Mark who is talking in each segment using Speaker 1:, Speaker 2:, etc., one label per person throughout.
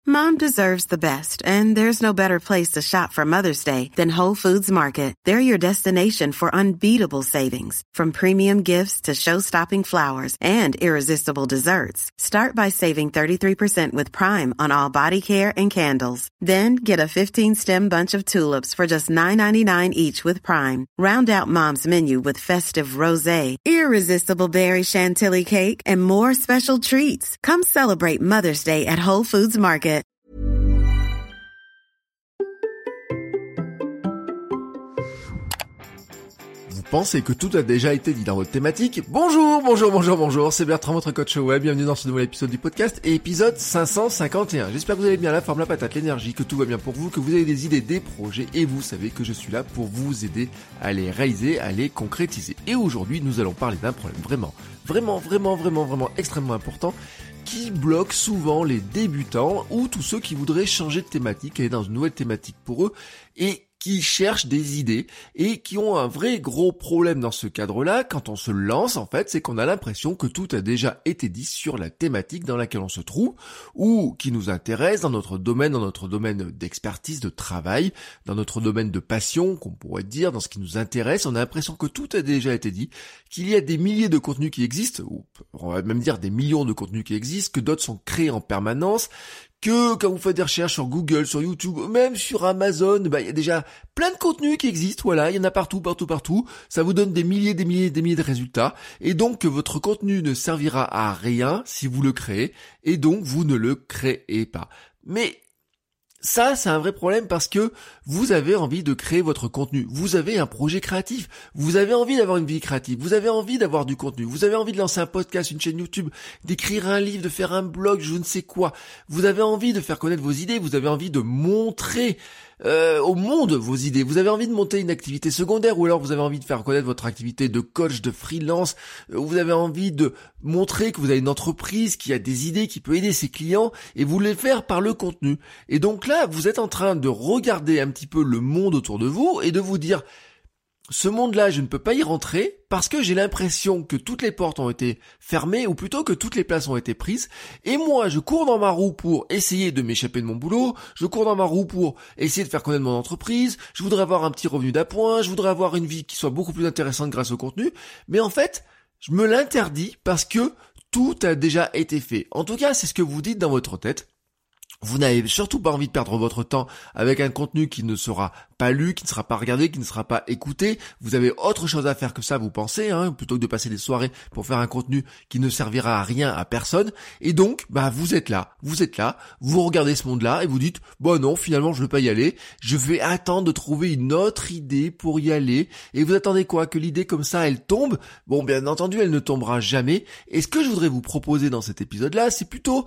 Speaker 1: Mom deserves the best, and there's no better place to shop for Mother's Day than Whole Foods Market. They're your destination for unbeatable savings, from premium gifts to show-stopping flowers and irresistible desserts. Start by saving 33% with Prime on all body care and candles. Then get a 15-stem bunch of tulips for just $9.99 each with Prime. Round out Mom's menu with festive rosé, irresistible berry chantilly cake, and more special treats. Come celebrate Mother's Day at Whole Foods Market.
Speaker 2: Vous pensez que tout a déjà été dit dans votre thématique? Bonjour, c'est Bertrand, votre coach web. Bienvenue dans ce nouvel épisode du podcast, épisode 551. J'espère que vous allez bien, la forme, la patate, l'énergie, que tout va bien pour vous, que vous avez des idées, des projets, et vous savez que je suis là pour vous aider à les réaliser, à les concrétiser. Et aujourd'hui, nous allons parler d'un problème vraiment extrêmement important qui bloque souvent les débutants ou tous ceux qui voudraient changer de thématique, aller dans une nouvelle thématique pour eux, et qui cherchent des idées et qui ont un vrai gros problème dans ce cadre-là. Quand on se lance, en fait, c'est qu'on a l'impression que tout a déjà été dit sur la thématique dans laquelle on se trouve ou qui nous intéresse dans notre domaine d'expertise, de travail, dans notre domaine de passion, qu'on pourrait dire, dans ce qui nous intéresse. On a l'impression que tout a déjà été dit, qu'il y a des milliers de contenus qui existent, ou on va même dire des millions de contenus qui existent, que d'autres sont créés en permanence, que quand vous faites des recherches sur Google, sur YouTube, même sur Amazon, il y a déjà plein de contenus qui existent, voilà, il y en a partout, ça vous donne des milliers de résultats, et donc que votre contenu ne servira à rien si vous le créez, et donc vous ne le créez pas. Mais ça, c'est un vrai problème parce que vous avez envie de créer votre contenu. Vous avez un projet créatif. Vous avez envie d'avoir une vie créative. Vous avez envie d'avoir du contenu. Vous avez envie de lancer un podcast, une chaîne YouTube, d'écrire un livre, de faire un blog, je ne sais quoi. Vous avez envie de faire connaître vos idées. Vous avez envie de montrer au monde vos idées. Vous avez envie de monter une activité secondaire ou alors vous avez envie de faire connaître votre activité de coach, de freelance. Vous avez envie de montrer que vous avez une entreprise qui a des idées, qui peut aider ses clients et vous les faire par le contenu. Et donc là, vous êtes en train de regarder un petit peu le monde autour de vous et de vous dire: ce monde-là, je ne peux pas y rentrer parce que j'ai l'impression que toutes les portes ont été fermées ou plutôt que toutes les places ont été prises. Et moi, je cours dans ma roue pour essayer de m'échapper de mon boulot. Je cours dans ma roue pour essayer de faire connaître mon entreprise. Je voudrais avoir un petit revenu d'appoint. Je voudrais avoir une vie qui soit beaucoup plus intéressante grâce au contenu. Mais en fait, je me l'interdis parce que tout a déjà été fait. En tout cas, c'est ce que vous dites dans votre tête. Vous n'avez surtout pas envie de perdre votre temps avec un contenu qui ne sera pas lu, qui ne sera pas regardé, qui ne sera pas écouté. Vous avez autre chose à faire que ça, vous pensez, plutôt que de passer des soirées pour faire un contenu qui ne servira à rien à personne. Et donc, vous êtes là, vous regardez ce monde-là et vous dites: non, finalement, je ne veux pas y aller. Je vais attendre de trouver une autre idée pour y aller. Et vous attendez quoi? Que l'idée comme ça, elle tombe? Bon, bien entendu, elle ne tombera jamais. Et ce que je voudrais vous proposer dans cet épisode-là, c'est plutôt,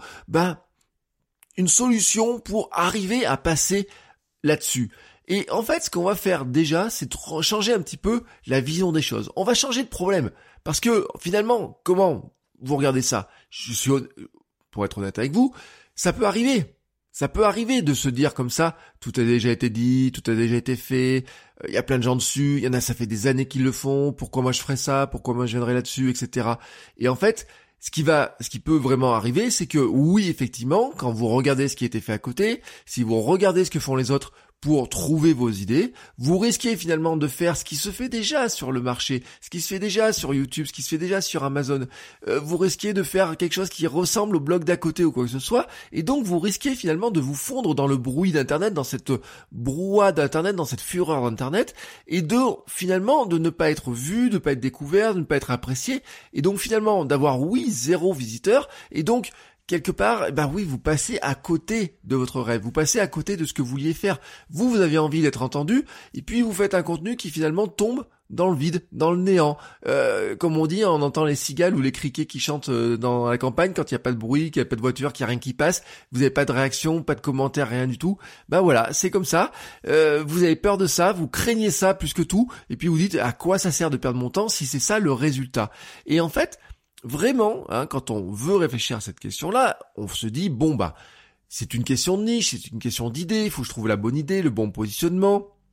Speaker 2: une solution pour arriver à passer là-dessus. Et en fait, ce qu'on va faire déjà, c'est de changer un petit peu la vision des choses. On va changer de problème. Parce que, finalement, comment vous regardez ça? Pour être honnête avec vous, ça peut arriver. Ça peut arriver de se dire comme ça: tout a déjà été dit, tout a déjà été fait, il y a plein de gens dessus, il y en a, ça fait des années qu'ils le font, pourquoi moi je ferais ça, pourquoi moi je viendrais là-dessus, etc. Et en fait, ce qui peut vraiment arriver, c'est que oui, effectivement, quand vous regardez ce qui a été fait à côté, si vous regardez ce que font les autres pour trouver vos idées, vous risquez finalement de faire ce qui se fait déjà sur le marché, ce qui se fait déjà sur YouTube, ce qui se fait déjà sur Amazon. Vous risquez de faire quelque chose qui ressemble au blog d'à côté ou quoi que ce soit, et donc vous risquez finalement de vous fondre dans le bruit d'Internet, dans cette brouhaha d'Internet, dans cette fureur d'Internet, et de finalement de ne pas être vu, de ne pas être découvert, de ne pas être apprécié, et donc finalement d'avoir, oui, 0 visiteur, et donc quelque part, oui, vous passez à côté de votre rêve, vous passez à côté de ce que vous vouliez faire. Vous aviez envie d'être entendu, et puis vous faites un contenu qui finalement tombe dans le vide, dans le néant. Comme on dit, on entend les cigales ou les criquets qui chantent dans la campagne quand il n'y a pas de bruit, qu'il n'y a pas de voiture, qu'il n'y a rien qui passe, vous n'avez pas de réaction, pas de commentaires, rien du tout. Voilà, c'est comme ça. Vous avez peur de ça, vous craignez ça plus que tout, et puis vous dites: à quoi ça sert de perdre mon temps si c'est ça le résultat? Et en fait, vraiment, quand on veut réfléchir à cette question-là, on se dit, c'est une question de niche, c'est une question d'idée, il faut que je trouve la bonne idée, le bon positionnement.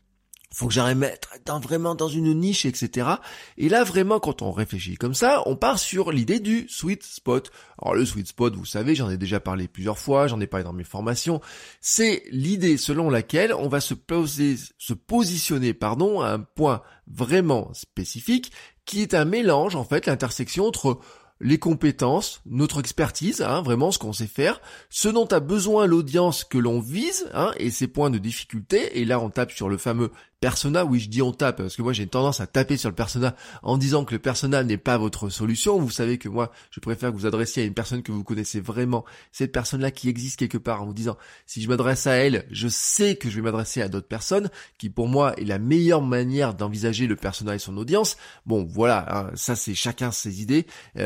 Speaker 2: faut que j'arrive à mettre vraiment dans une niche, etc. Et là, vraiment, quand on réfléchit comme ça, on part sur l'idée du sweet spot. Alors, le sweet spot, vous savez, j'en ai déjà parlé plusieurs fois, j'en ai parlé dans mes formations. C'est l'idée selon laquelle on va se positionner, à un point vraiment spécifique, qui est un mélange, en fait, l'intersection entre les compétences, notre expertise, vraiment ce qu'on sait faire, ce dont a besoin l'audience que l'on vise, et ses points de difficulté, et là on tape sur le fameux persona, oui je dis on tape, parce que moi j'ai une tendance à taper sur le persona en disant que le persona n'est pas votre solution. Vous savez que moi je préfère que vous adressiez à une personne que vous connaissez vraiment, cette personne-là qui existe quelque part, en vous disant si je m'adresse à elle, je sais que je vais m'adresser à d'autres personnes, qui pour moi est la meilleure manière d'envisager le persona et son audience. Bon voilà, ça c'est chacun ses idées.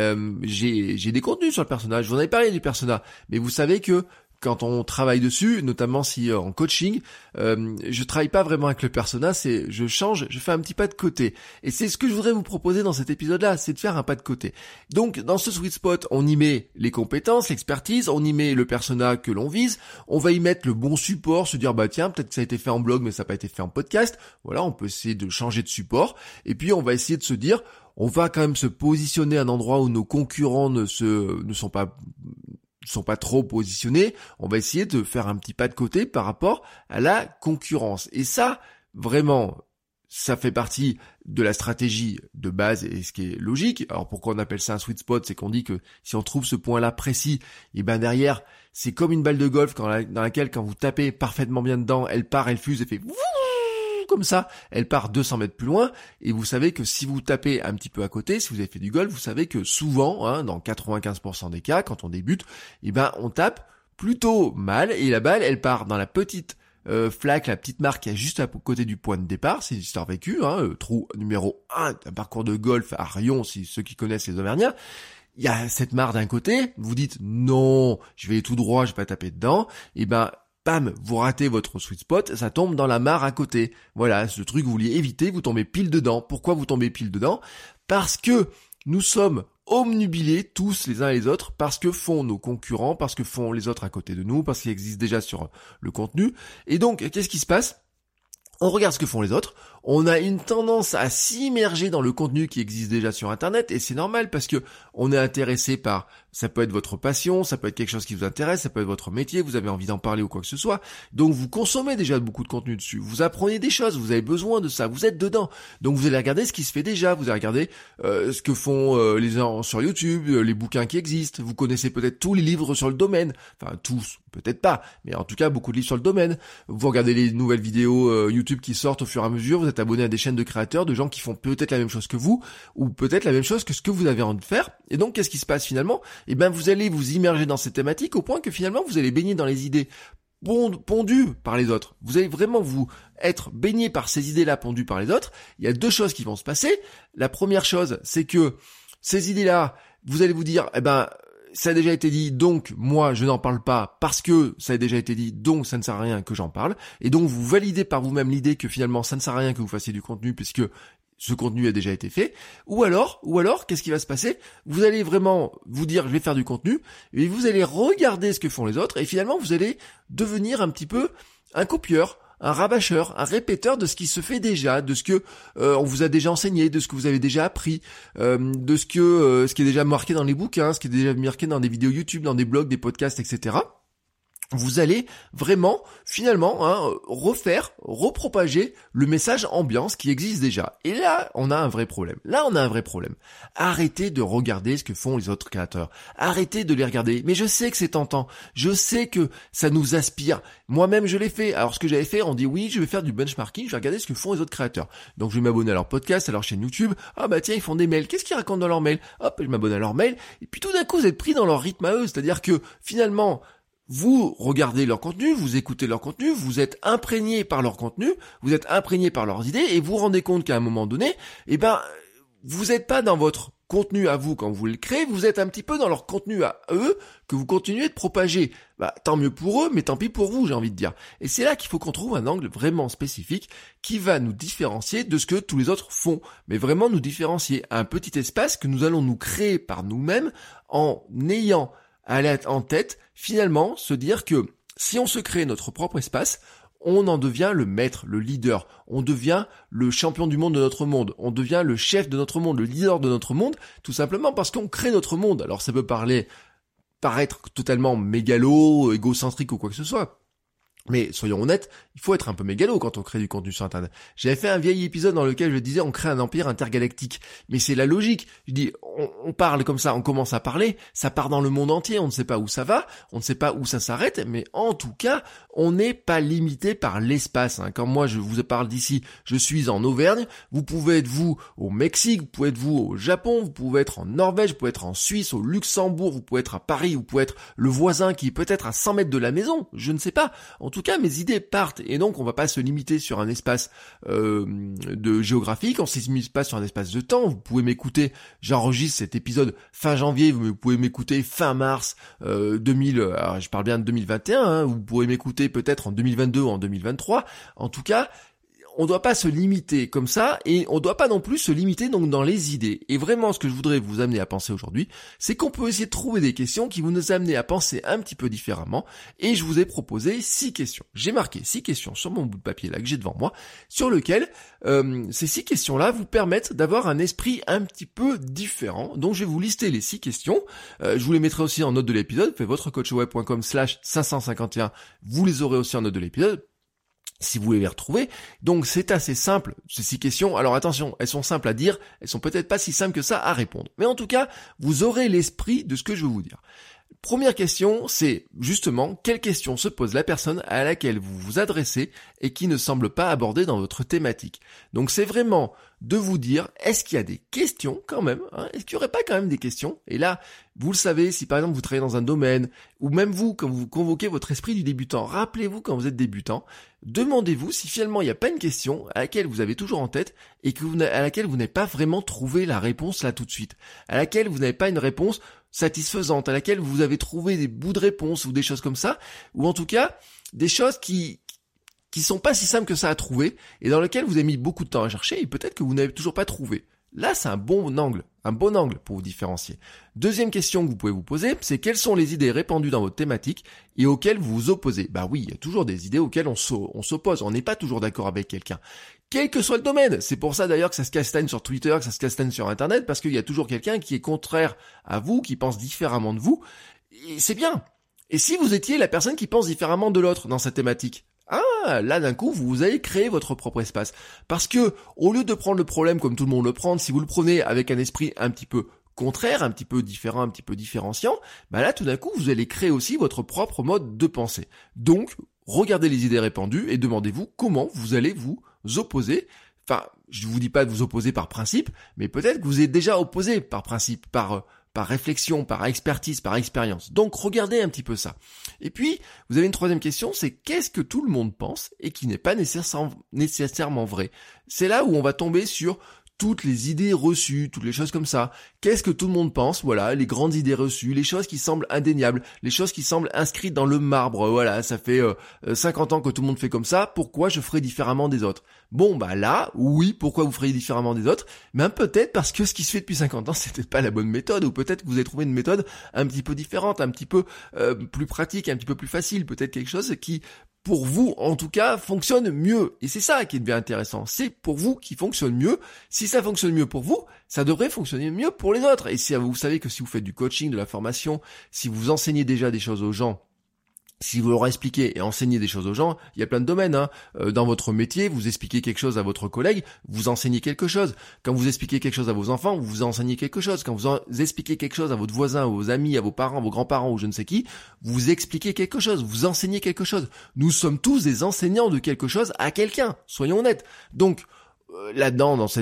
Speaker 2: J'ai des contenus sur le personnage, je vous en avais parlé du persona, mais vous savez que quand on travaille dessus, notamment si en coaching, je travaille pas vraiment avec le persona, je change, je fais un petit pas de côté. Et c'est ce que je voudrais vous proposer dans cet épisode-là, c'est de faire un pas de côté. Donc dans ce sweet spot, on y met les compétences, l'expertise, on y met le persona que l'on vise, on va y mettre le bon support, se dire bah tiens, peut-être que ça a été fait en blog mais ça n'a pas été fait en podcast. Voilà, on peut essayer de changer de support. Et puis on va essayer de se dire, on va quand même se positionner à un endroit où nos concurrents ne sont pas trop positionnés, on va essayer de faire un petit pas de côté par rapport à la concurrence. Et ça, vraiment, ça fait partie de la stratégie de base et ce qui est logique. Alors pourquoi on appelle ça un sweet spot? C'est qu'on dit que si on trouve ce point-là précis, et ben derrière, c'est comme une balle de golf dans laquelle quand vous tapez parfaitement bien dedans, elle part, elle fuse et fait comme ça, elle part 200 mètres plus loin, et vous savez que si vous tapez un petit peu à côté, si vous avez fait du golf, vous savez que souvent, dans 95% des cas, quand on débute, on tape plutôt mal, et la balle, elle part dans la petite flaque, la petite marque qui est juste à côté du point de départ. C'est une histoire vécue, trou numéro 1 d'un parcours de golf à Rion, si ceux qui connaissent les Auvergnats. Il y a cette mare d'un côté, vous dites non, je vais aller tout droit, je vais pas taper dedans, bam, vous ratez votre sweet spot, ça tombe dans la mare à côté. Voilà, ce truc que vous vouliez éviter, vous tombez pile dedans. Pourquoi vous tombez pile dedans? Parce que nous sommes omnubilés tous les uns et les autres, parce que font nos concurrents, parce que font les autres à côté de nous, parce qu'ils existent déjà sur le contenu. Et donc, qu'est-ce qui se passe? On regarde ce que font les autres, on a une tendance à s'immerger dans le contenu qui existe déjà sur Internet, et c'est normal parce que on est intéressé par, ça peut être votre passion, ça peut être quelque chose qui vous intéresse, ça peut être votre métier, vous avez envie d'en parler ou quoi que ce soit, donc vous consommez déjà beaucoup de contenu dessus, vous apprenez des choses, vous avez besoin de ça, vous êtes dedans, donc vous allez regarder ce qui se fait déjà, vous allez regarder ce que font les gens sur YouTube, les bouquins qui existent, vous connaissez peut-être tous les livres sur le domaine, enfin tous, peut-être pas, mais en tout cas beaucoup de livres sur le domaine, vous regardez les nouvelles vidéos YouTube qui sortent au fur et à mesure, vous êtes abonné à des chaînes de créateurs, de gens qui font peut-être la même chose que vous, ou peut-être la même chose que ce que vous avez envie de faire, et donc qu'est-ce qui se passe finalement? Vous allez vous immerger dans ces thématiques au point que finalement vous allez baigner dans les idées pondues par les autres. Vous allez vraiment vous être baigné par ces idées-là pondues par les autres. Il y a deux choses qui vont se passer. La première chose, c'est que ces idées-là, vous allez vous dire, ça a déjà été dit, donc moi je n'en parle pas parce que ça a déjà été dit, donc ça ne sert à rien que j'en parle. Et donc vous validez par vous-même l'idée que finalement ça ne sert à rien que vous fassiez du contenu puisque ce contenu a déjà été fait. Ou alors, qu'est-ce qui va se passer? Vous allez vraiment vous dire je vais faire du contenu et vous allez regarder ce que font les autres et finalement vous allez devenir un petit peu un copieur, un rabâcheur, un répéteur de ce qui se fait déjà, de ce que on vous a déjà enseigné, de ce que vous avez déjà appris, de ce qui est déjà marqué dans les bouquins, ce qui est déjà marqué dans des vidéos YouTube, dans des blogs, des podcasts, etc. Vous allez vraiment, finalement, repropager le message ambiance qui existe déjà. Et là, on a un vrai problème. Arrêtez de regarder ce que font les autres créateurs. Arrêtez de les regarder. Mais je sais que c'est tentant. Je sais que ça nous aspire. Moi-même, je l'ai fait. Alors, ce que j'avais fait, on dit oui, je vais faire du benchmarking, je vais regarder ce que font les autres créateurs. Donc, je vais m'abonner à leur podcast, à leur chaîne YouTube. Ah bah tiens, ils font des mails. Qu'est-ce qu'ils racontent dans leurs mails? Hop, je m'abonne à leurs mails. Et puis tout d'un coup, vous êtes pris dans leur rythme à eux. C'est-à-dire que, finalement, vous regardez leur contenu, vous écoutez leur contenu, vous êtes imprégné par leur contenu, vous êtes imprégné par leurs idées et vous vous rendez compte qu'à un moment donné, vous n'êtes pas dans votre contenu à vous quand vous le créez, vous êtes un petit peu dans leur contenu à eux que vous continuez de propager. Tant mieux pour eux, mais tant pis pour vous, j'ai envie de dire. Et c'est là qu'il faut qu'on trouve un angle vraiment spécifique qui va nous différencier de ce que tous les autres font, mais vraiment nous différencier à un petit espace que nous allons nous créer par nous-mêmes en ayant en tête, finalement, se dire que si on se crée notre propre espace, on en devient le maître, le leader, on devient le champion du monde de notre monde, on devient le chef de notre monde, le leader de notre monde, tout simplement parce qu'on crée notre monde. Alors ça peut paraître totalement mégalo, égocentrique ou quoi que ce soit. Mais soyons honnêtes, il faut être un peu mégalo quand on crée du contenu sur Internet. J'avais fait un vieil épisode dans lequel je disais on crée un empire intergalactique. Mais c'est la logique. Je dis, on parle comme ça, on commence à parler, ça part dans le monde entier, on ne sait pas où ça va, on ne sait pas où ça s'arrête, mais en tout cas, on n'est pas limité par l'espace. Quand moi je vous parle d'ici, je suis en Auvergne, vous pouvez être vous au Mexique, vous pouvez être vous au Japon, vous pouvez être en Norvège, vous pouvez être en Suisse, au Luxembourg, vous pouvez être à Paris, vous pouvez être le voisin qui est peut-être à 100 mètres de la maison, je ne sais pas. En tout cas, mes idées partent et donc on va pas se limiter sur un espace de géographique, on ne se limite pas sur un espace de temps. Vous pouvez m'écouter, j'enregistre cet épisode fin janvier, vous pouvez m'écouter fin mars 2000, alors je parle bien de 2021, vous pourrez m'écouter peut-être en 2022 ou en 2023. En tout cas, on doit pas se limiter comme ça et on doit pas non plus se limiter donc dans les idées. Et vraiment ce que je voudrais vous amener à penser aujourd'hui, c'est qu'on peut essayer de trouver des questions qui vont nous amener à penser un petit peu différemment et je vous ai proposé 6 questions. J'ai marqué 6 questions sur mon bout de papier là que j'ai devant moi, sur lequel ces 6 questions-là vous permettent d'avoir un esprit un petit peu différent. Donc je vais vous lister les 6 questions. Je vous les mettrai aussi en note de l'épisode. Faites votrecoachweb.com/551. Vous les aurez aussi en note de l'épisode, si vous voulez les retrouver. Donc c'est assez simple, ces 6 questions. Alors attention, elles sont simples à dire, elles sont peut-être pas si simples que ça à répondre. Mais en tout cas, vous aurez l'esprit de ce que je veux vous dire. Première question, c'est justement quelle question se pose la personne à laquelle vous vous adressez et qui ne semble pas abordée dans votre thématique. Donc c'est vraiment de vous dire, est-ce qu'il y a des questions quand même, est-ce qu'il n'y aurait pas quand même des questions? Et là, vous le savez, si par exemple vous travaillez dans un domaine, ou même vous, quand vous convoquez votre esprit du débutant, rappelez-vous quand vous êtes débutant, demandez-vous si finalement il n'y a pas une question à laquelle vous avez toujours en tête et à laquelle vous n'avez pas vraiment trouvé la réponse là tout de suite, à laquelle vous n'avez pas une réponse satisfaisante, à laquelle vous avez trouvé des bouts de réponse ou des choses comme ça, ou en tout cas des choses qui sont pas si simples que ça à trouver et dans lesquelles vous avez mis beaucoup de temps à chercher et peut-être que vous n'avez toujours pas trouvé. Là, c'est un bon angle pour vous différencier. Deuxième question que vous pouvez vous poser, c'est quelles sont les idées répandues dans votre thématique et auxquelles vous vous opposez. Bah oui, il y a toujours des idées auxquelles on s'oppose, on n'est pas toujours d'accord avec quelqu'un. Quel que soit le domaine. C'est pour ça d'ailleurs que ça se castagne sur Twitter, que ça se castagne sur Internet, parce qu'il y a toujours quelqu'un qui est contraire à vous, qui pense différemment de vous. Et c'est bien. Et si vous étiez la personne qui pense différemment de l'autre dans cette thématique? Là d'un coup, vous allez créer votre propre espace. Parce que, au lieu de prendre le problème comme tout le monde le prend, si vous le prenez avec un esprit un petit peu contraire, un petit peu différent, un petit peu différenciant, bah là tout d'un coup, vous allez créer aussi votre propre mode de pensée. Donc, regardez les idées répandues et demandez-vous comment vous allez vous opposer. Enfin, je vous dis pas de vous opposer par principe, mais peut-être que vous êtes déjà opposé par principe, par réflexion, par expertise, par expérience. Donc regardez un petit peu ça. Et puis, vous avez une troisième question, c'est qu'est-ce que tout le monde pense et qui n'est pas nécessairement vrai. C'est là où on va tomber sur toutes les idées reçues, toutes les choses comme ça. Qu'est-ce que tout le monde pense? Voilà, les grandes idées reçues, les choses qui semblent indéniables, les choses qui semblent inscrites dans le marbre. Voilà, ça fait 50 ans que tout le monde fait comme ça, pourquoi je ferais différemment des autres? Bon, bah là, oui, pourquoi vous feriez différemment des autres? Mais peut-être parce que ce qui se fait depuis 50 ans, c'est peut-être pas la bonne méthode, ou peut-être que vous avez trouvé une méthode un petit peu différente, un petit peu plus pratique, un petit peu plus facile, peut-être quelque chose qui, pour vous, en tout cas, fonctionne mieux. Et c'est ça qui devient intéressant. C'est pour vous qui fonctionne mieux. Si ça fonctionne mieux pour vous, ça devrait fonctionner mieux pour les autres. Et si vous savez que si vous faites du coaching, de la formation, si vous enseignez déjà des choses aux gens, si vous leur expliquez et enseignez des choses aux gens, il y a plein de domaines. Dans votre métier, vous expliquez quelque chose à votre collègue, vous enseignez quelque chose. Quand vous expliquez quelque chose à vos enfants, vous enseignez quelque chose. Quand vous expliquez quelque chose à votre voisin, à vos amis, à vos parents, à vos grands-parents ou je ne sais qui, vous expliquez quelque chose, vous enseignez quelque chose. Nous sommes tous des enseignants de quelque chose à quelqu'un, soyons honnêtes. Donc, là-dedans, dans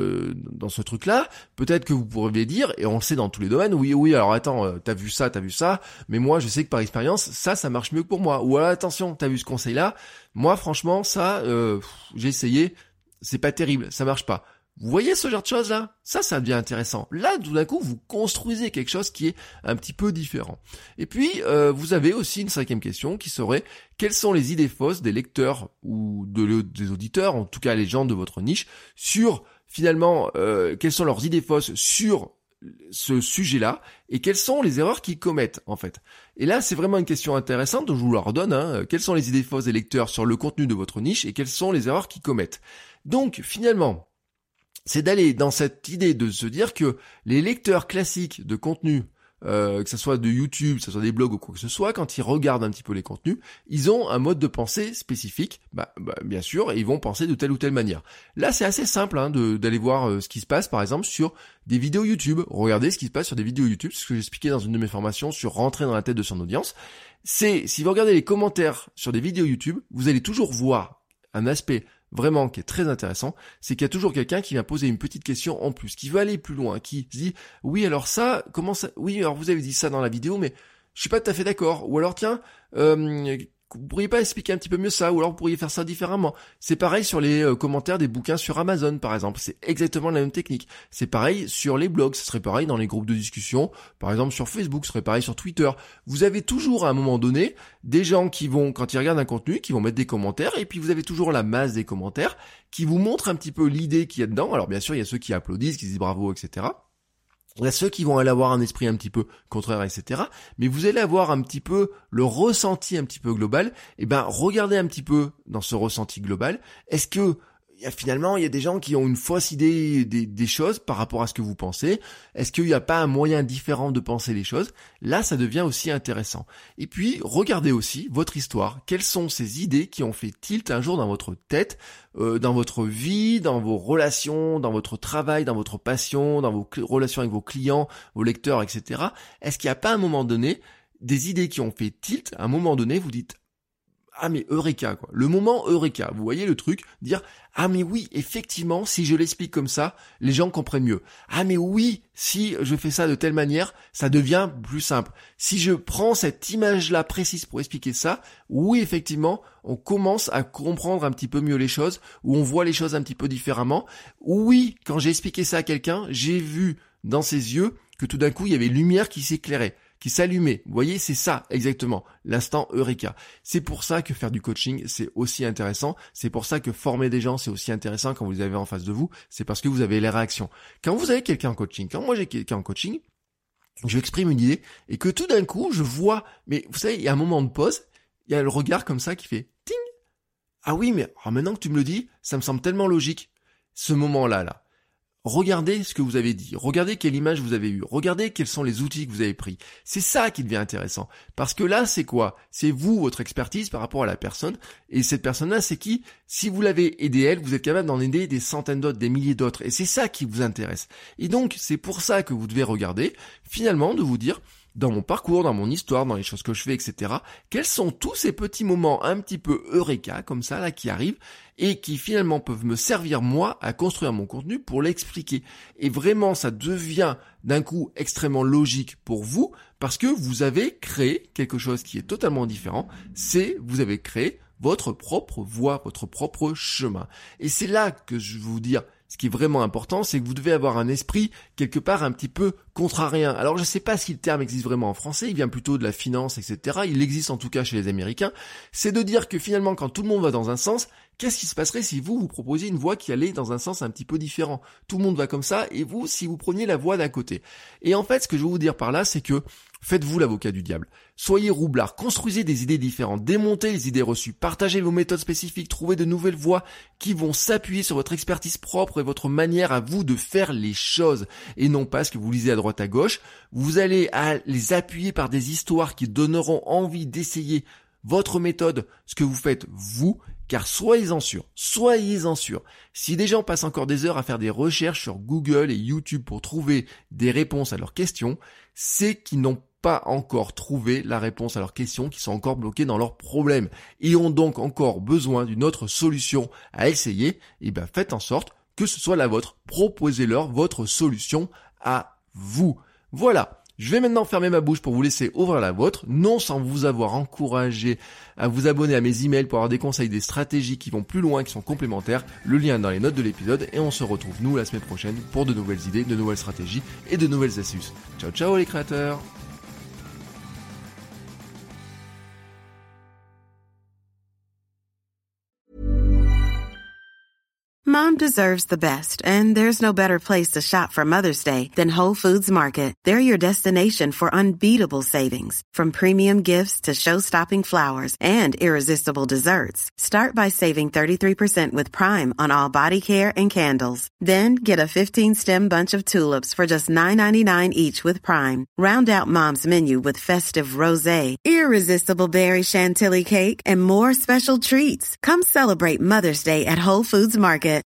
Speaker 2: ce truc-là, peut-être que vous pourriez dire, et on le sait dans tous les domaines, oui, alors attends, t'as vu ça, mais moi, je sais que par expérience, ça marche mieux que pour moi. Ou alors, attention, t'as vu ce conseil-là, moi, franchement, ça, j'ai essayé, c'est pas terrible, ça marche pas. Vous voyez ce genre de choses là? Ça devient intéressant. Là, tout d'un coup, vous construisez quelque chose qui est un petit peu différent. Et puis, vous avez aussi une cinquième question qui serait quelles sont les idées fausses des lecteurs ou des auditeurs, en tout cas les gens de votre niche, sur finalement quelles sont leurs idées fausses sur ce sujet-là et quelles sont les erreurs qu'ils commettent en fait. Et là, c'est vraiment une question intéressante dont je vous la redonne. Quelles sont les idées fausses des lecteurs sur le contenu de votre niche et quelles sont les erreurs qu'ils commettent. Donc finalement, c'est d'aller dans cette idée de se dire que les lecteurs classiques de contenu, que ce soit de YouTube, que ce soit des blogs ou quoi que ce soit, quand ils regardent un petit peu les contenus, ils ont un mode de pensée spécifique, bien sûr, et ils vont penser de telle ou telle manière. Là, c'est assez simple d'aller voir ce qui se passe, par exemple, sur des vidéos YouTube. Regardez ce qui se passe sur des vidéos YouTube, c'est ce que j'expliquais dans une de mes formations sur rentrer dans la tête de son audience. C'est, si vous regardez les commentaires sur des vidéos YouTube, vous allez toujours voir un aspect vraiment qui est très intéressant, c'est qu'il y a toujours quelqu'un qui vient poser une petite question en plus, qui veut aller plus loin, qui se dit « Oui, alors ça, comment ça... Oui, alors vous avez dit ça dans la vidéo, mais je suis pas tout à fait d'accord. » Ou alors « Tiens, vous pourriez pas expliquer un petit peu mieux ça, ou alors vous pourriez faire ça différemment. » C'est pareil sur les commentaires des bouquins sur Amazon, par exemple. C'est exactement la même technique. C'est pareil sur les blogs, ce serait pareil dans les groupes de discussion, par exemple sur Facebook, ce serait pareil sur Twitter. Vous avez toujours à un moment donné des gens qui vont, quand ils regardent un contenu, qui vont mettre des commentaires, et puis vous avez toujours la masse des commentaires qui vous montrent un petit peu l'idée qu'il y a dedans. Alors bien sûr, il y a ceux qui applaudissent, qui disent bravo, etc. Il y a ceux qui vont aller avoir un esprit un petit peu contraire, etc. Mais vous allez avoir un petit peu le ressenti un petit peu global. Et regardez un petit peu dans ce ressenti global. Est-ce que finalement, il y a des gens qui ont une fausse idée des choses par rapport à ce que vous pensez? Est-ce qu'il n'y a pas un moyen différent de penser les choses? Là, ça devient aussi intéressant. Et puis, regardez aussi votre histoire. Quelles sont ces idées qui ont fait tilt un jour dans votre tête, dans votre vie, dans vos relations, dans votre travail, dans votre passion, dans vos relations avec vos clients, vos lecteurs, etc. Est-ce qu'il n'y a pas à un moment donné des idées qui ont fait tilt? À un moment donné, vous dites ah mais Eureka quoi, le moment Eureka, vous voyez le truc, dire ah mais oui effectivement si je l'explique comme ça, les gens comprennent mieux. Ah mais oui si je fais ça de telle manière, ça devient plus simple. Si je prends cette image-là précise pour expliquer ça, oui effectivement on commence à comprendre un petit peu mieux les choses, ou on voit les choses un petit peu différemment. Oui quand j'ai expliqué ça à quelqu'un, j'ai vu dans ses yeux que tout d'un coup il y avait une lumière qui s'éclairait, qui s'allumait. Vous voyez, c'est ça exactement, l'instant Eureka. C'est pour ça que faire du coaching, c'est aussi intéressant. C'est pour ça que former des gens, c'est aussi intéressant quand vous les avez en face de vous. C'est parce que vous avez les réactions. Quand vous avez quelqu'un en coaching, quand moi j'ai quelqu'un en coaching, je exprime une idée et que tout d'un coup, je vois, mais vous savez, il y a un moment de pause, il y a le regard comme ça qui fait « ting ». Ah oui, mais maintenant que tu me le dis, ça me semble tellement logique. Ce moment-là, là. Regardez ce que vous avez dit, regardez quelle image vous avez eue, regardez quels sont les outils que vous avez pris. C'est ça qui devient intéressant. Parce que là, c'est quoi? C'est vous, votre expertise par rapport à la personne. Et cette personne-là, c'est qui? Si vous l'avez aidé elle, vous êtes capable d'en aider des centaines d'autres, des milliers d'autres. Et c'est ça qui vous intéresse. Et donc, c'est pour ça que vous devez regarder, finalement, de vous dire, dans mon parcours, dans mon histoire, dans les choses que je fais, etc. Quels sont tous ces petits moments un petit peu eureka, comme ça, là, qui arrivent, et qui finalement peuvent me servir, moi, à construire mon contenu pour l'expliquer. Et vraiment, ça devient d'un coup extrêmement logique pour vous, parce que vous avez créé quelque chose qui est totalement différent. Vous avez créé votre propre voie, votre propre chemin. Et c'est là que je veux vous dire, ce qui est vraiment important, c'est que vous devez avoir un esprit quelque part un petit peu contrarien. Alors je ne sais pas si le terme existe vraiment en français, il vient plutôt de la finance, etc. Il existe en tout cas chez les Américains. C'est de dire que finalement quand tout le monde va dans un sens, qu'est-ce qui se passerait si vous proposiez une voie qui allait dans un sens un petit peu différent? Tout le monde va comme ça, et vous, si vous preniez la voie d'à côté. Et en fait, ce que je veux vous dire par là, c'est que faites-vous l'avocat du diable. Soyez roublard, construisez des idées différentes, démontez les idées reçues, partagez vos méthodes spécifiques, trouvez de nouvelles voies qui vont s'appuyer sur votre expertise propre et votre manière à vous de faire les choses. Et non pas ce que vous lisez à droite à gauche. Vous allez les appuyer par des histoires qui donneront envie d'essayer votre méthode, ce que vous faites vous, car soyez-en sûr. Si des gens passent encore des heures à faire des recherches sur Google et YouTube pour trouver des réponses à leurs questions, c'est qu'ils n'ont pas encore trouvé la réponse à leurs questions, qui sont encore bloqués dans leurs problèmes et ont donc encore besoin d'une autre solution à essayer. Et faites en sorte que ce soit la vôtre. Proposez-leur votre solution à vous. Voilà. Je vais maintenant fermer ma bouche pour vous laisser ouvrir la vôtre, non sans vous avoir encouragé à vous abonner à mes emails pour avoir des conseils, des stratégies qui vont plus loin, qui sont complémentaires. Le lien est dans les notes de l'épisode et on se retrouve nous la semaine prochaine pour de nouvelles idées, de nouvelles stratégies et de nouvelles astuces. Ciao ciao les créateurs!
Speaker 1: Mom deserves the best, and there's no better place to shop for Mother's Day than Whole Foods Market. They're your destination for unbeatable savings, from premium gifts to show-stopping flowers and irresistible desserts. Start by saving 33% with Prime on all body care and candles. Then get a 15-stem bunch of tulips for just $9.99 each with Prime. Round out Mom's menu with festive rosé, irresistible berry chantilly cake, and more special treats. Come celebrate Mother's Day at Whole Foods Market.